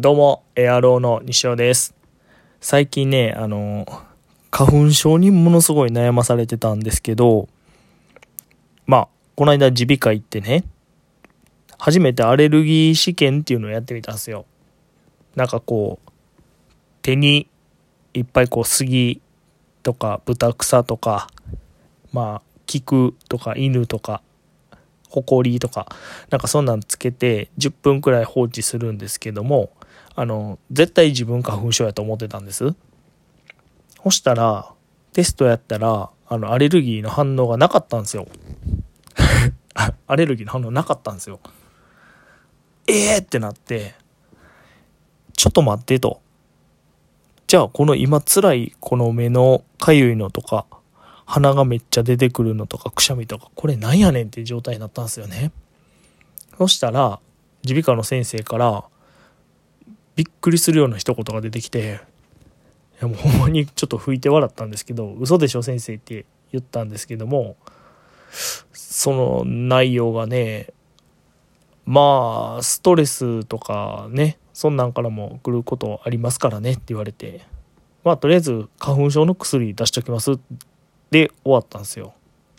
どうも、エアローの西尾です。最近ね、花粉症にものすごい悩まされてたんですけど、この間耳鼻科行ってね、初めてアレルギー試験っていうのをやってみたんですよ。なんかこう、手にいっぱい杉とか豚草とか、菊とか犬とか、ほこりとか、なんかそんなんつけて10分くらい放置するんですけども、絶対自分花粉症やと思ってたんです。そしたらテストやったらアレルギーの反応がなかったんですよ。アレルギーの反応なかったんですよ。ってなって、ちょっと待ってと。じゃあこの今辛いこの目のかゆいのとか鼻がめっちゃ出てくるのとかくしゃみとか、これなんやねんっていう状態になったんですよね。そしたら耳鼻科の先生からびっくりするような一言が出てきて、いやもうほんまにちょっと吹いて笑ったんですけど、嘘でしょ先生って言ったんですけども、その内容がね、ストレスとかね、そんなんからも来ることありますからねって言われて、とりあえず花粉症の薬出しときますで終わったんですよ。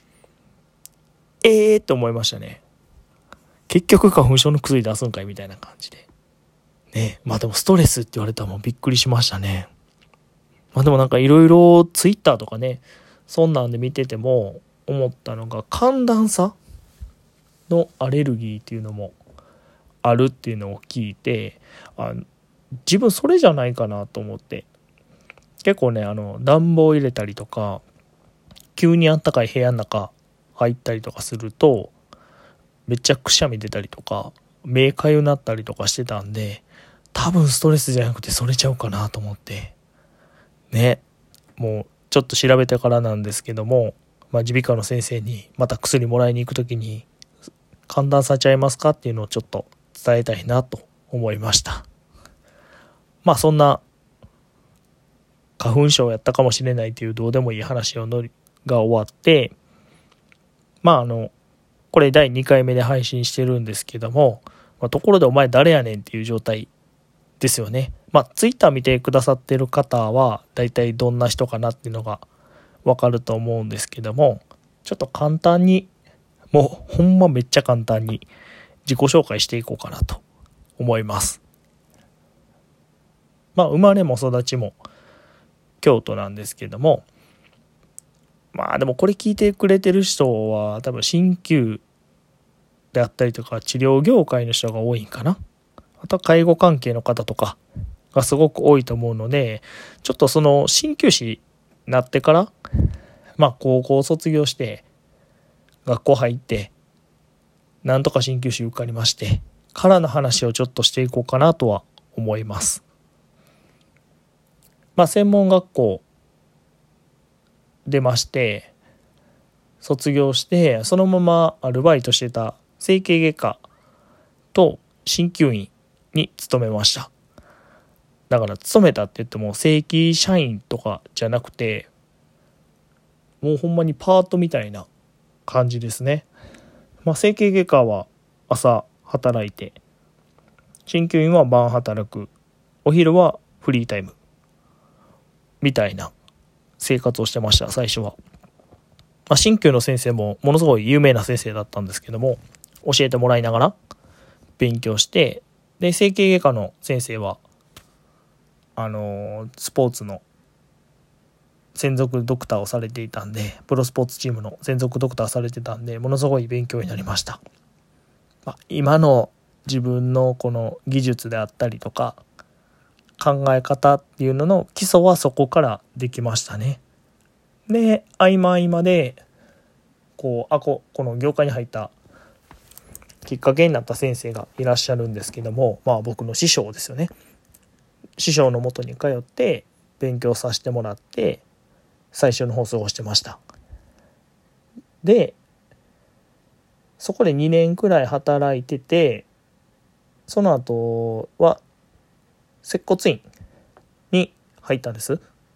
って思いましたね。結局花粉症の薬出すんかいみたいな感じでね。でもストレスって言われたらもうびっくりしましたね。でもなんかいろいろツイッターとかね、そんなんで見てても思ったのが、寒暖差のアレルギーっていうのもあるっていうのを聞いて、自分それじゃないかなと思って、結構ね暖房入れたりとか急にあったかい部屋の中入ったりとかするとめっちゃくしゃみ出たりとか目かゆなったりとかしてたんで、多分ストレスじゃなくてそれちゃうかなと思ってね。もうちょっと調べてからなんですけども、耳鼻科の先生にまた薬もらいに行くときに寒暖差ちゃいますかっていうのをちょっと伝えたいなと思いました。そんな花粉症やったかもしれないというどうでもいい話が終わって、これ第2回目で配信してるんですけども、ところでお前誰やねんっていう状態ですよね。ツイッター見てくださってる方はだいたいどんな人かなっていうのがわかると思うんですけども、ちょっと簡単に、もうほんまめっちゃ簡単に自己紹介していこうかなと思います。生まれも育ちも京都なんですけども、でもこれ聞いてくれてる人は多分鍼灸であったりとか治療業界の人が多いんかな。あとは介護関係の方とかがすごく多いと思うので、ちょっとその鍼灸師になってから高校卒業して学校入ってなんとか鍼灸師受かりましてからの話をちょっとしていこうかなとは思います。専門学校出まして卒業して、そのままアルバイトしてた整形外科と鍼灸院に勤めました。だから勤めたって言っても正規社員とかじゃなくて、もうほんまにパートみたいな感じですね。整形外科は朝働いて、鍼灸院は晩働く、お昼はフリータイムみたいな生活をしてました。最初は鍼灸の先生もものすごい有名な先生だったんですけども、教えてもらいながら勉強して、で整形外科の先生はスポーツの専属ドクターをされていたんで、プロスポーツチームの専属ドクターされてたんで、ものすごい勉強になりました。今の自分のこの技術であったりとか考え方っていうのの基礎はそこからできましたね。で合間合間でこの業界に入ったきっかけになった先生がいらっしゃるんですけども、僕の師匠ですよね。師匠のもとに通って勉強させてもらって最初の方過ごしてました。でそこで2年くらい働いてて、その後は接骨院に入ったんです。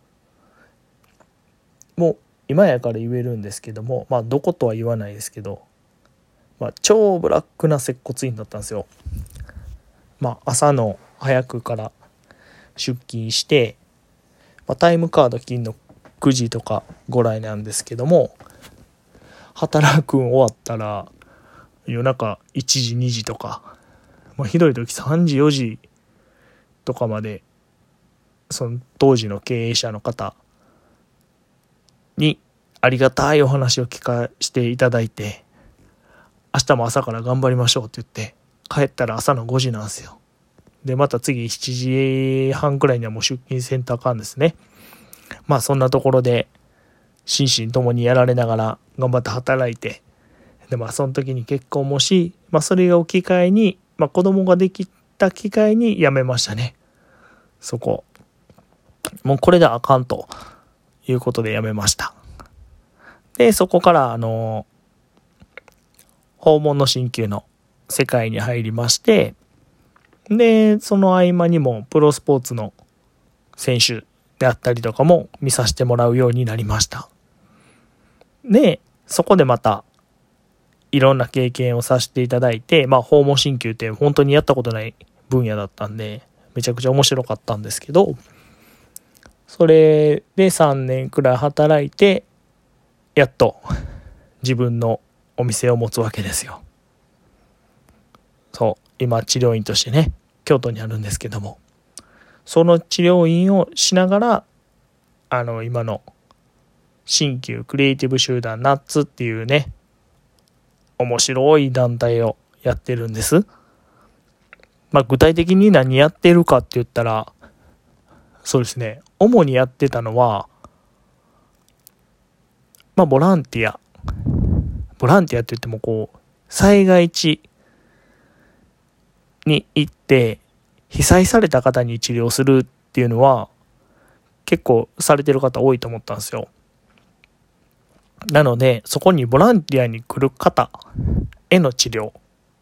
もう今やから言えるんですけども、どことは言わないですけど、超ブラックな接骨院だったんですよ。朝の早くから出勤して、タイムカード切るの9時とかぐらいなんですけども、働くん終わったら夜中1時2時とか、ひどい時3時4時とかまでその当時の経営者の方にありがたいお話を聞かせていただいて、明日も朝から頑張りましょうって言って帰ったら朝の5時なんですよ。でまた次7時半くらいにはもう出勤せんとあかんですね。そんなところで心身ともにやられながら頑張って働いて、でその時に結婚もし、それを機会に、子供ができた機会に辞めましたね。そこもうこれであかんということで辞めました。でそこから訪問の鍼灸の世界に入りまして、でその合間にもプロスポーツの選手であったりとかも見させてもらうようになりました。でそこでまたいろんな経験をさせていただいて、訪問鍼灸って本当にやったことない分野だったんでめちゃくちゃ面白かったんですけど、それで3年くらい働いてやっと自分のお店を持つわけですよ。そう今治療院としてね京都にあるんですけども、その治療院をしながら今の鍼灸クリエイティブ集団ナッツっていうね面白い団体をやってるんです。具体的に何やってるかって言ったら、そうですね、主にやってたのはボランティアって言っても災害地に行って被災された方に治療するっていうのは結構されてる方多いと思ったんですよ。なのでそこにボランティアに来る方への治療、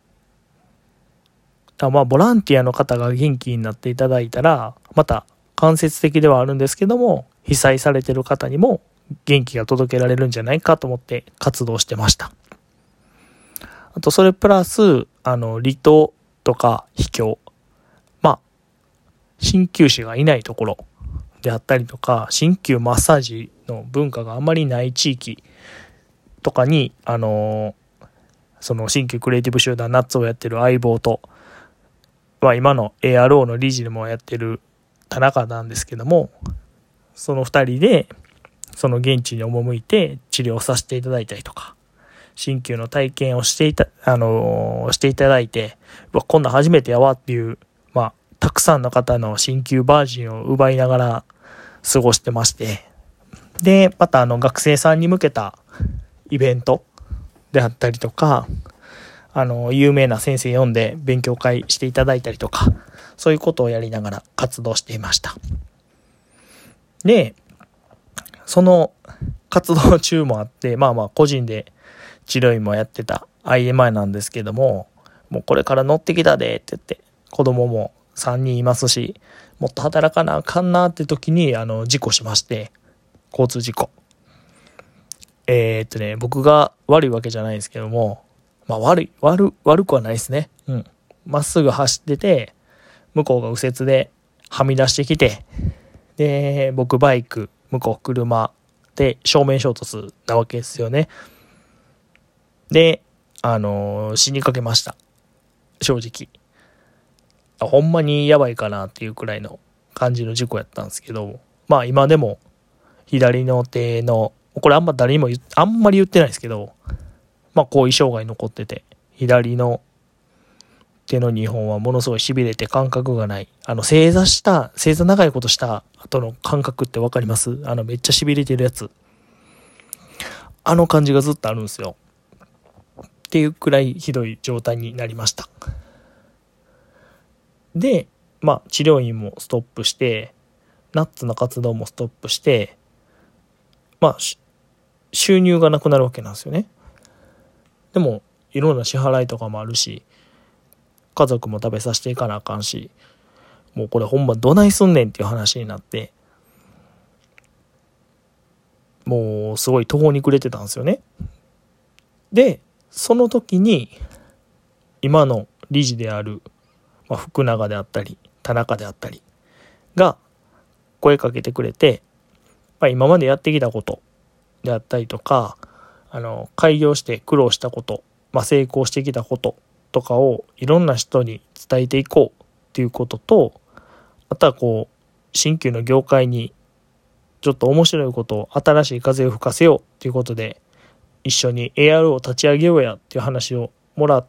ボランティアの方が元気になっていただいたらまた間接的ではあるんですけども、被災されてる方にも元気が届けられるんじゃないかと思って活動してました。あとそれプラス離島とか秘境、鍼灸師がいないところであったりとか、鍼灸マッサージの文化があんまりない地域とかにその鍼灸クリエイティブ集団ナッツをやってる相棒と、今の ARO の理事でもやってる田中なんですけども、その2人でその現地に赴いて治療させていただいたりとか、鍼灸の体験をしていただいて、こんなん初めてやわっていう、たくさんの方の鍼灸バージンを奪いながら過ごしてまして、でまた学生さんに向けたイベントであったりとか、有名な先生呼んで勉強会していただいたりとか、そういうことをやりながら活動していました。でその活動中もあって、個人で治療院もやってた IMI なんですけども、もうこれから乗ってきたでって言って、子供も3人いますし、もっと働かなあかんなって時に事故しまして、交通事故。僕が悪いわけじゃないですけども、悪くはないですね。まっすぐ走ってて、向こうが右折ではみ出してきて、で僕バイク、向こう車で正面衝突なわけですよね。で死にかけました。正直ほんまにやばいかなっていうくらいの感じの事故やったんですけど、今でも左の手の、これあんまり言ってないですけど、後遺障害残ってて、左の手の2本はものすごい痺れて感覚がない。正座長いことした後の感覚ってわかります？めっちゃ痺れてるやつ。感じがずっとあるんですよ。っていうくらいひどい状態になりました。で、治療院もストップして、ナッツの活動もストップして、収入がなくなるわけなんですよね。でもいろんな支払いとかもあるし、家族も食べさせていかなあかんし、もうこれほんまどないすんねんっていう話になって、もうすごい途方に暮れてたんですよね。でその時に今の理事である、福永であったり田中であったりが声かけてくれて、今までやってきたことであったりとか、開業して苦労したこと、成功してきたこととかをいろんな人に伝えていこうっていうことと、あとは新旧の業界にちょっと面白いことを、新しい風を吹かせようっていうことで、一緒に AR を立ち上げようやっていう話をもらって、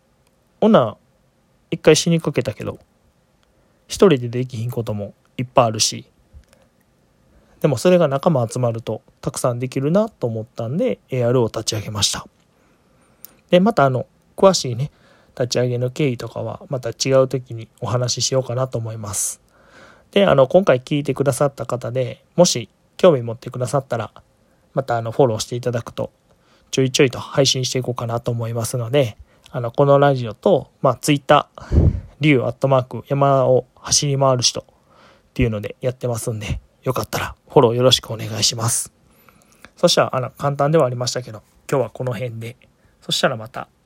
一回死にかけたけど、一人でできひんこともいっぱいあるし、でもそれが仲間集まるとたくさんできるなと思ったんで AR を立ち上げました。でまた詳しいね立ち上げの経緯とかはまた違う時にお話ししようかなと思います。で今回聞いてくださった方でもし興味持ってくださったらまたフォローしていただくとちょいちょいと配信していこうかなと思いますので、このラジオとツイッター竜@山を走り回る人っていうのでやってますんで、よかったらフォローよろしくお願いします。そしたら簡単ではありましたけど今日はこの辺で、そしたらまた